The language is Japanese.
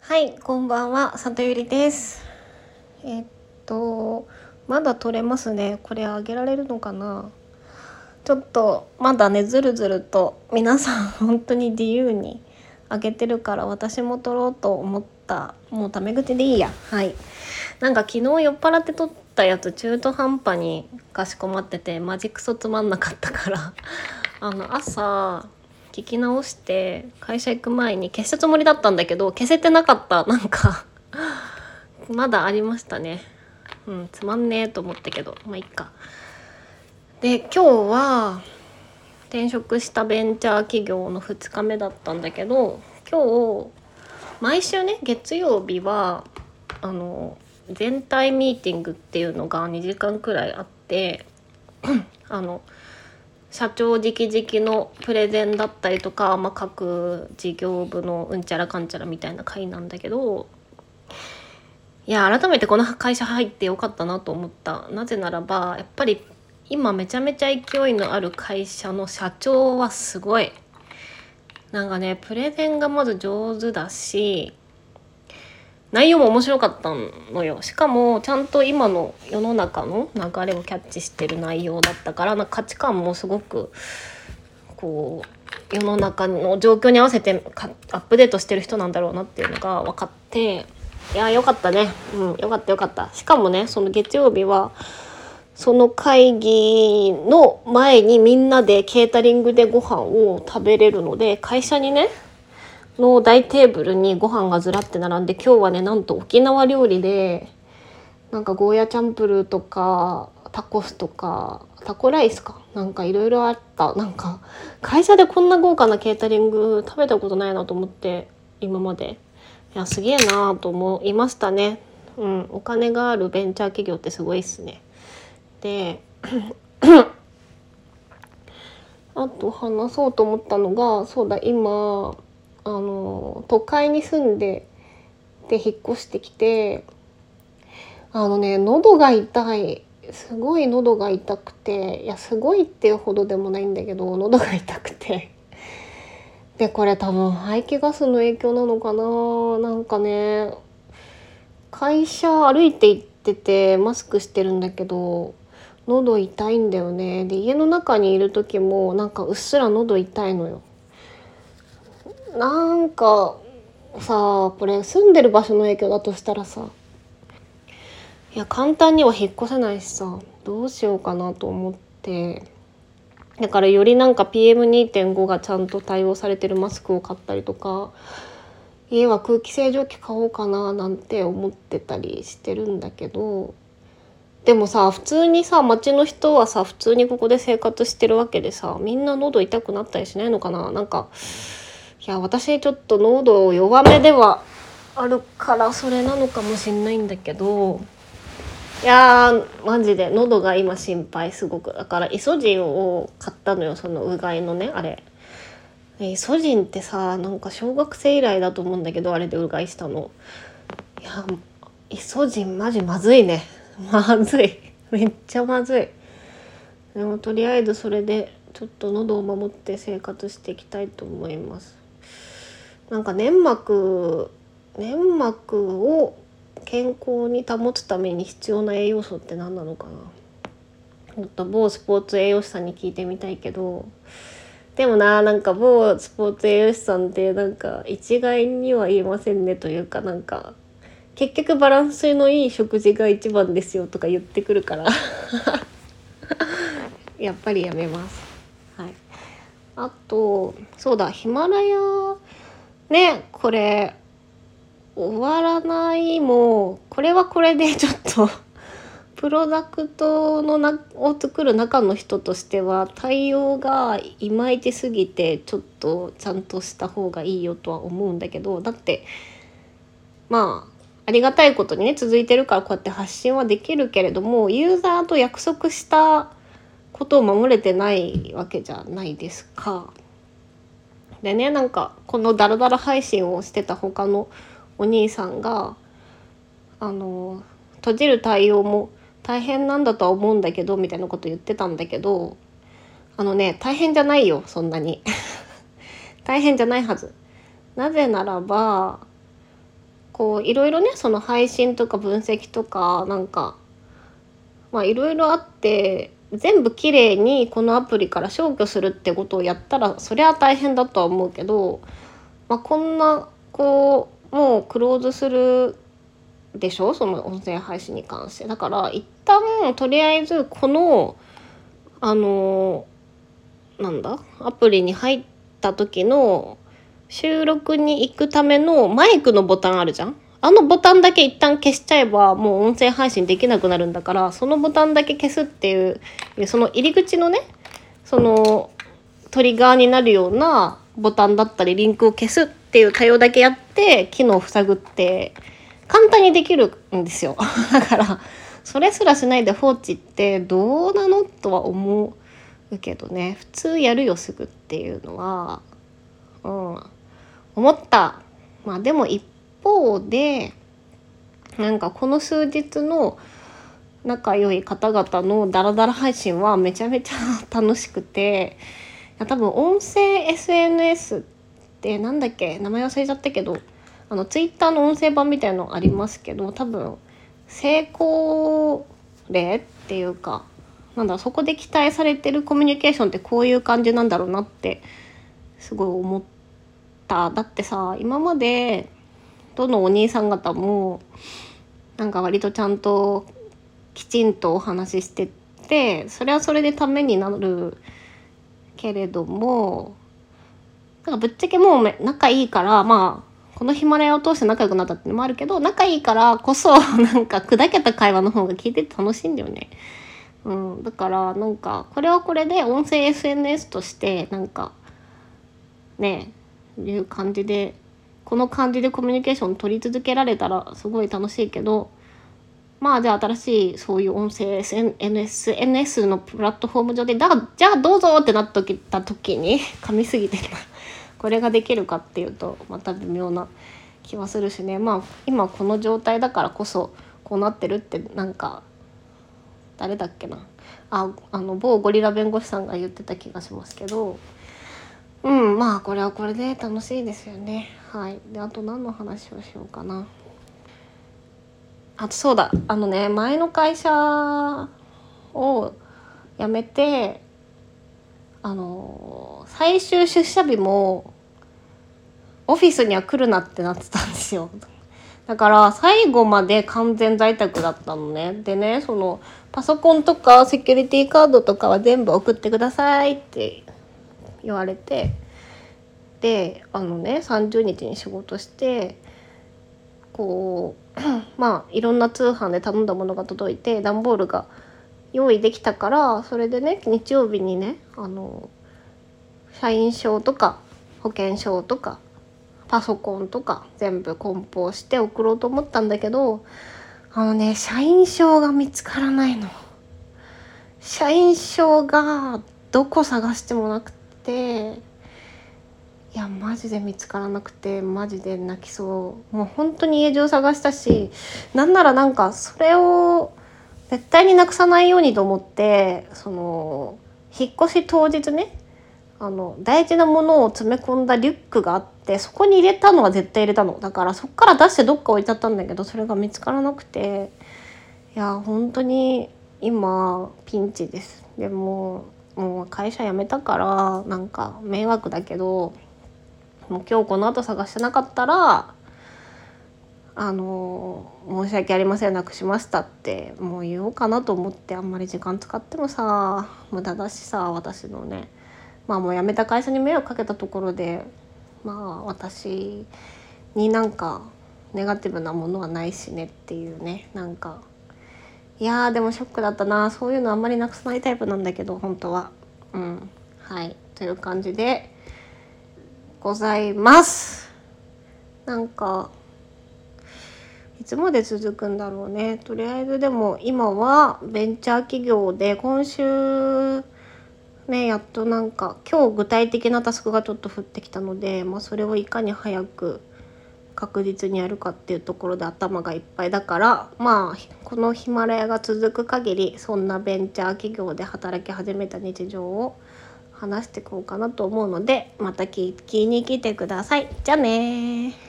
はい、こんばんは、里ゆりです。えっまだ撮れますね。これあげられるのかな。ちょっとまだね、ずるずると皆さん本当に自由にあげてるから私も撮ろうと思った。もうタメ口でいいや。はい。なんか昨日酔っ払って撮ったやつ中途半端にかしこまっててマジクソつまんなかったから朝聞き直して会社行く前に消したつもりだったんだけど消せてなかった。なんかまだありましたね。つまんねえと思ったけどまあいっか。で今日は転職したベンチャー企業の2日目だったんだけど、今日毎週ね月曜日は全体ミーティングっていうのが2時間くらいあってあの社長直々のプレゼンだったりとか、各事業部のうんちゃらかんちゃらみたいな会なんだけど、いや改めてこの会社入ってよかったなと思った。なぜならばやっぱり今めちゃめちゃ勢いのある会社の社長はすごい。なんかねプレゼンがまず上手だし内容も面白かったのよ。しかもちゃんと今の世の中の流れをキャッチしてる内容だったから、なんか価値観もすごくこう世の中の状況に合わせてアップデートしてる人なんだろうなっていうのが分かって、いやよかったね。よかったよかった。しかもねその月曜日はその会議の前にみんなでケータリングでご飯を食べれるので、会社にねの大テーブルにご飯がずらって並んで、今日はねなんと沖縄料理でなんかゴーヤチャンプルーとかタコスとかタコライスかなんかいろいろあった。なんか会社でこんな豪華なケータリング食べたことないなと思って、今までいやすげえなと思いましたね。お金があるベンチャー企業ってすごいっすね。であと話そうと思ったのが、そうだ今都会に住んで引っ越してきて、喉が痛い。すごい喉が痛くて、いやすごいっていうほどでもないんだけど喉が痛くて、でこれ多分排気ガスの影響なのかな。なんかね会社歩いて行っててマスクしてるんだけど喉痛いんだよね。で家の中にいる時もなんかうっすら喉痛いのよ。なんかさこれ住んでる場所の影響だとしたらさ、いや簡単には引っ越せないしさ、どうしようかなと思って、だからよりなんか PM2.5 がちゃんと対応されてるマスクを買ったりとか、家は空気清浄機買おうかななんて思ってたりしてるんだけど、でもさ普通にさ街の人はさ普通にここで生活してるわけでさ、みんな喉痛くなったりしないのかな。なんかいや私ちょっと喉弱めではあるからそれなのかもしんないんだけど、いやーマジで喉が今心配すごく。だからイソジンを買ったのよ、そのうがいのねあれ。イソジンってさなんか小学生以来だと思うんだけど、あれでうがいしたの。いやイソジンマジまずいね。まずい、めっちゃまずい。でもとりあえずそれでちょっと喉を守って生活していきたいと思います。なんか粘膜を健康に保つために必要な栄養素って何なのかな。もっと某スポーツ栄養士さんに聞いてみたいけど、でもなんか某スポーツ栄養士さんってなんか一概には言えませんねというか、なんか結局バランスのいい食事が一番ですよとか言ってくるからやっぱりやめます。はい。あとそうだ、ヒマラヤね、これ終わらないもこれはこれでちょっとプロダクトを作る中の人としては対応がいまいちすぎて、ちょっとちゃんとした方がいいよとは思うんだけど、だってありがたいことにね続いてるからこうやって発信はできるけれども、ユーザーと約束したことを守れてないわけじゃないですか。でね、なんかこのダラダラ配信をしてた他のお兄さんが閉じる対応も大変なんだとは思うんだけどみたいなこと言ってたんだけど、大変じゃないよそんなに大変じゃないはず。なぜならばこういろいろね、その配信とか分析とかなんかいろいろあって、全部きれいにこのアプリから消去するってことをやったらそりゃ大変だとは思うけど、こんなこうもうクローズするでしょ、その音声配信に関して。だから一旦とりあえずこのアプリに入った時の収録に行くためのマイクのボタンあるじゃん。あのボタンだけ一旦消しちゃえばもう音声配信できなくなるんだから、そのボタンだけ消すっていう、その入り口のね、そのトリガーになるようなボタンだったりリンクを消すっていう対応だけやって機能を塞ぐって簡単にできるんですよ。だからそれすらしないで放置ってどうなのとは思うけどね。普通やるよすぐっていうのは思った。でも一方でなんかこの数日の仲良い方々のダラダラ配信はめちゃめちゃ楽しくて、多分音声 SNS ってなんだっけ、名前忘れちゃったけど、ツイッターの音声版みたいのありますけど、多分成功例っていうか、そこで期待されてるコミュニケーションってこういう感じなんだろうなってすごい思った。だってさ、今までどのお兄さん方もなんか割とちゃんときちんとお話ししてて、それはそれでためになるけれども、ぶっちゃけもう仲いいから、このヒマラヤを通して仲良くなったってのもあるけど、仲いいからこそなんか砕けた会話の方が聞いてて楽しいんだよね。だからなんかこれはこれで音声 SNS としてなんかねいう感じで、この感じでコミュニケーション取り続けられたらすごい楽しいけど、じゃあ新しいそういう音声 SNS のプラットフォーム上でじゃあどうぞってなった時に噛みすぎてるなこれができるかっていうとまた微妙な気はするしね。今この状態だからこそこうなってるって、なんか誰だっけな、某ゴリラ弁護士さんが言ってた気がしますけど、これはこれで楽しいですよね。はい。で、あと何の話をしようかな。そうだ、前の会社を辞めて、最終出社日もオフィスには来るなってなってたんですよ。だから最後まで完全在宅だったのね。でね、そのパソコンとかセキュリティカードとかは全部送ってくださいって言われて、で30日に仕事して、こういろんな通販で頼んだものが届いて段ボールが用意できたから、それでね日曜日にね社員証とか保険証とかパソコンとか全部梱包して送ろうと思ったんだけど、社員証が見つからないの。社員証がどこ探してもなくて、いやマジで見つからなくてマジで泣きそう。もう本当に家中探したし、なんならなんかそれを絶対になくさないようにと思って、引っ越し当日ね、大事なものを詰め込んだリュックがあって、そこに入れたのは絶対入れたのだから、そっから出してどっか置いちゃったんだけど、それが見つからなくて、いや本当に今ピンチです。でもう会社辞めたからなんか迷惑だけど、もう今日この後探してなかったら申し訳ありませんなくしましたってもう言おうかなと思って。あんまり時間使ってもさ無駄だしさ、私のねもう辞めた会社に迷惑かけたところで私になんかネガティブなものはないしねっていうね。なんかいやでもショックだったな。そういうのあんまりなくさないタイプなんだけど本当は。はいという感じでございます。なんかいつまで続くんだろうね。とりあえずでも今はベンチャー企業で、今週ねやっとなんか今日具体的なタスクがちょっと降ってきたので、それをいかに早く確実にやるかっていうところで頭がいっぱいだから、このヒマラヤが続く限りそんなベンチャー企業で働き始めた日常を話していこうかなと思うので、また聞きに来てください。じゃあね。